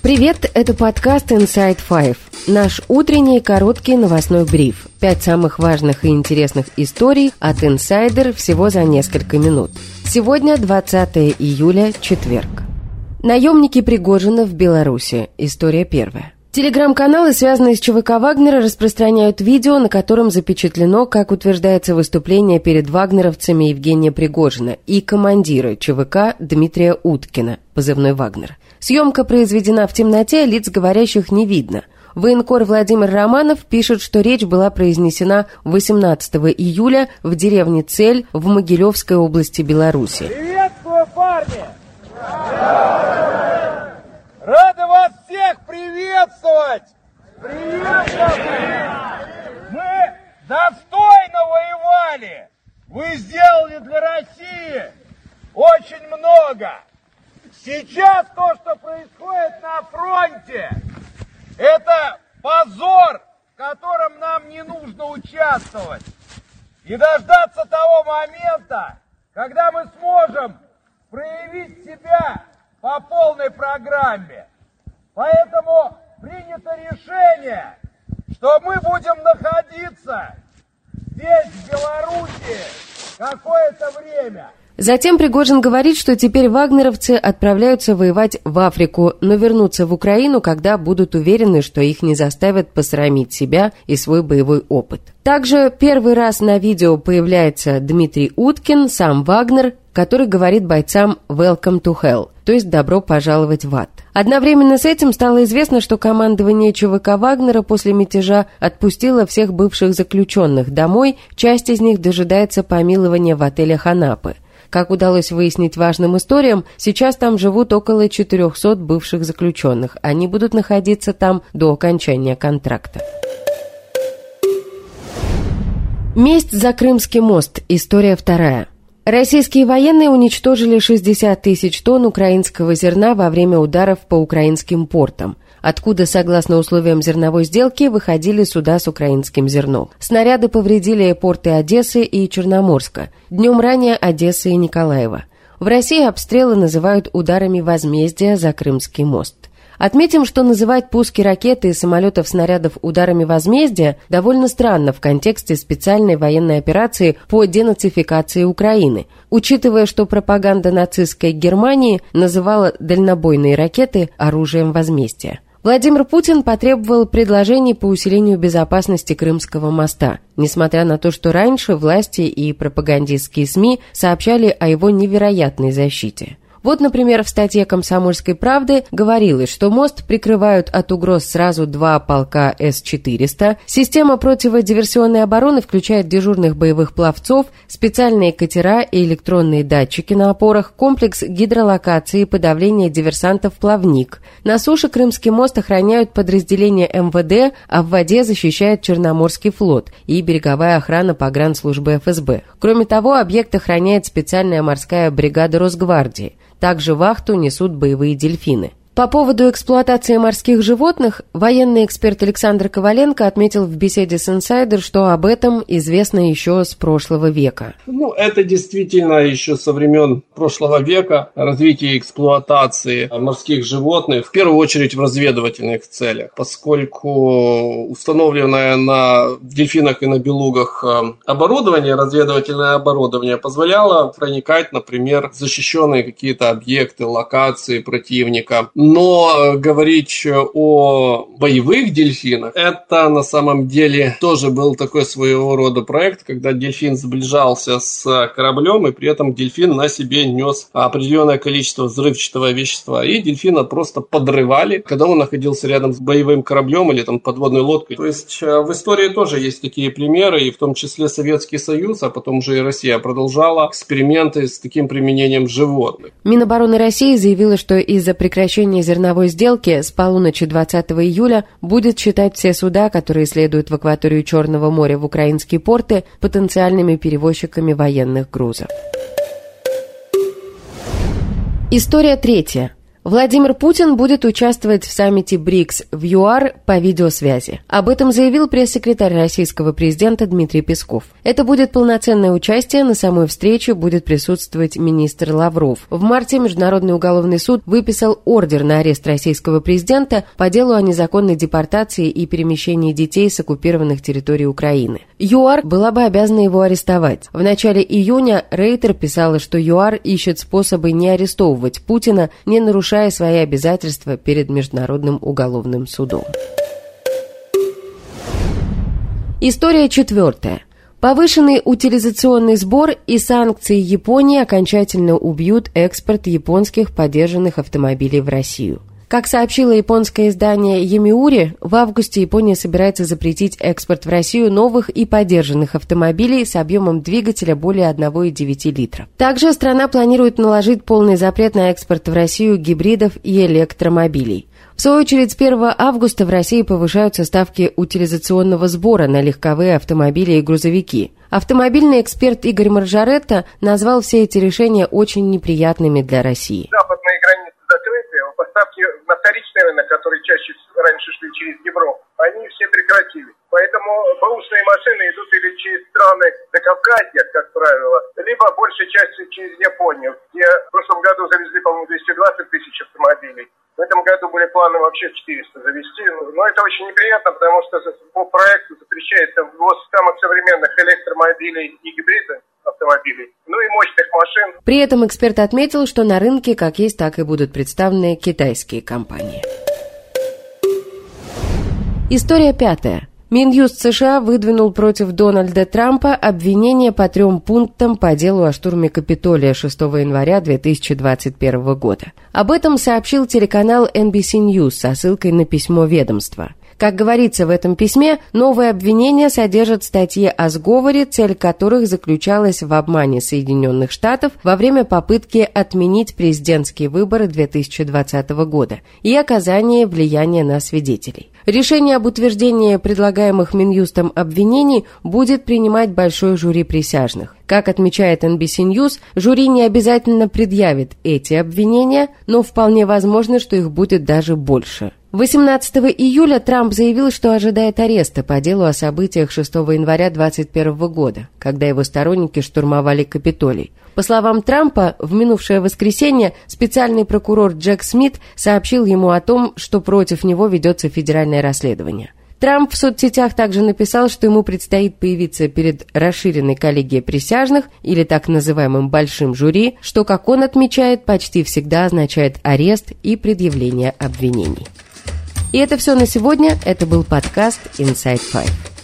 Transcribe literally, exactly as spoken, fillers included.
Привет, это подкаст Inside Five. Наш утренний короткий новостной бриф. Пять самых важных и интересных историй от Insider всего за несколько минут. Сегодня двадцатое июля, четверг. Наемники Пригожина в Беларуси. История первая. Телеграм-каналы, связанные с ЧВК Вагнера, распространяют видео, на котором запечатлено, как утверждается, выступление перед вагнеровцами Евгения Пригожина и командира ЧВК Дмитрия Уткина, позывной «Вагнер». Съемка произведена в темноте, лиц говорящих не видно. Военкор Владимир Романов пишет, что речь была произнесена восемнадцатого июля в деревне Цель в Могилевской области Беларуси. Приветствую, парни! Рады вас всех приветствовать! Приветствую! Мы достойно воевали! Вы сделали для России очень много! Сейчас то, что происходит на фронте, это позор, в котором нам не нужно участвовать. И дождаться того момента, когда мы сможем проявить себя по полной программе. Поэтому принято решение, что мы будем находиться здесь, в Беларуси, какое-то время. Затем Пригожин говорит, что теперь вагнеровцы отправляются воевать в Африку, но вернутся в Украину, когда будут уверены, что их не заставят посрамить себя и свой боевой опыт. Также первый раз на видео появляется Дмитрий Уткин, сам Вагнер, который говорит бойцам «Welcome to hell», то есть «добро пожаловать в ад». Одновременно с этим стало известно, что командование ЧВК Вагнера после мятежа отпустило всех бывших заключенных домой, часть из них дожидается помилования в отелях Анапы. Как удалось выяснить важным историям, сейчас там живут около четырехсот бывших заключенных. Они будут находиться там до окончания контракта. Месть за Крымский мост. История вторая. Российские военные уничтожили шестьдесят тысяч тонн украинского зерна во время ударов по украинским портам, откуда, согласно условиям зерновой сделки, выходили суда с украинским зерном. Снаряды повредили порты Одессы и Черноморска, днем ранее Одессы и Николаева. В России обстрелы называют ударами возмездия за Крымский мост. Отметим, что называть пуски ракеты и самолетов снарядов ударами возмездия довольно странно в контексте специальной военной операции по денацификации Украины, учитывая, что пропаганда нацистской Германии называла дальнобойные ракеты оружием возмездия. Владимир Путин потребовал предложений по усилению безопасности Крымского моста, несмотря на то, что раньше власти и пропагандистские СМИ сообщали о его невероятной защите. Вот, например, в статье «Комсомольской правды» говорилось, что мост прикрывают от угроз сразу два полка эс четыреста, система противодиверсионной обороны включает дежурных боевых пловцов, специальные катера и электронные датчики на опорах, комплекс гидролокации и подавления диверсантов «Плавник». На суше Крымский мост охраняют подразделения эм вэ дэ, а в воде защищает Черноморский флот и береговая охрана погранслужбы эф эс бэ. Кроме того, объект охраняет специальная морская бригада Росгвардии. Также вахту несут боевые дельфины. По поводу эксплуатации морских животных, военный эксперт Александр Коваленко отметил в беседе с Insider, что об этом известно еще с прошлого века. Ну, это действительно еще со времен прошлого века развитие эксплуатации морских животных, в первую очередь в разведывательных целях, поскольку установленное на дельфинах и на белугах оборудование, разведывательное оборудование, позволяло проникать, например, в защищенные какие-то объекты, локации противника. Но говорить о боевых дельфинах, это на самом деле тоже был такой своего рода проект, когда дельфин сближался с кораблем, и при этом дельфин на себе нес определенное количество взрывчатого вещества, и дельфина просто подрывали, когда он находился рядом с боевым кораблем или там подводной лодкой. То есть в истории тоже есть такие примеры, и в том числе Советский Союз, а потом уже и Россия продолжала эксперименты с таким применением животных. Минобороны России заявила, что из-за прекращения зерновой сделки с полуночи двадцатого июля будет считать все суда, которые следуют в акваторию Черного моря в украинские порты, потенциальными перевозчиками военных грузов. История третья. Владимир Путин будет участвовать в саммите БРИКС в ЮАР по видеосвязи. Об этом заявил пресс-секретарь российского президента Дмитрий Песков. Это будет полноценное участие, на самой встрече будет присутствовать министр Лавров. В марте Международный уголовный суд выписал ордер на арест российского президента по делу о незаконной депортации и перемещении детей с оккупированных территорий Украины. ЮАР была бы обязана его арестовать. В начале июня Рейтер писала, что ЮАР ищет способы не арестовывать Путина, не нарушая свои обязательства перед Международным уголовным судом. История четвертая. Повышенный утилизационный сбор и санкции Японии окончательно убьют экспорт японских подержанных автомобилей в Россию. Как сообщило японское издание Йомиури, в августе Япония собирается запретить экспорт в Россию новых и подержанных автомобилей с объемом двигателя более одна целая девять десятых литра. Также страна планирует наложить полный запрет на экспорт в Россию гибридов и электромобилей. В свою очередь, с первого августа в России повышаются ставки утилизационного сбора на легковые автомобили и грузовики. Автомобильный эксперт Игорь Маржаретта назвал все эти решения очень неприятными для России. Западные границы закрыты, поставки на вторичный рынок, которые чаще раньше шли через Днепр, они все прекратились. Поэтому бэушные машины идут или через страны Закавказья, как правило, либо большей частью через Японию, где в прошлом году завезли, по-моему, двести двадцать тысяч автомобилей. В этом году были планы вообще четыреста завезти. Но это очень неприятно, потому что по проекту запрещается ввоз самых современных электромобилей и гибридных автомобилей, ну и мощных машин. При этом эксперт отметил, что на рынке как есть, так и будут представлены китайские компании. История пятая. Минюст США выдвинул против Дональда Трампа обвинения по трем пунктам по делу о штурме Капитолия шестого января две тысячи двадцать первого года. Об этом сообщил телеканал эн би си News со ссылкой на письмо ведомства. Как говорится в этом письме, новые обвинения содержат статьи о сговоре, цель которых заключалась в обмане Соединенных Штатов во время попытки отменить президентские выборы две тысячи двадцатого года и оказание влияния на свидетелей. Решение об утверждении предлагаемых Минюстом обвинений будет принимать большой жюри присяжных. Как отмечает эн би си News, жюри не обязательно предъявит эти обвинения, но вполне возможно, что их будет даже больше. восемнадцатого июля Трамп заявил, что ожидает ареста по делу о событиях шестого января двадцать первого года, когда его сторонники штурмовали Капитолий. По словам Трампа, в минувшее воскресенье специальный прокурор Джек Смит сообщил ему о том, что против него ведется федеральное расследование. Трамп в соцсетях также написал, что ему предстоит появиться перед расширенной коллегией присяжных или так называемым большим жюри, что, как он отмечает, почти всегда означает арест и предъявление обвинений. И это все на сегодня. Это был подкаст Inside Five.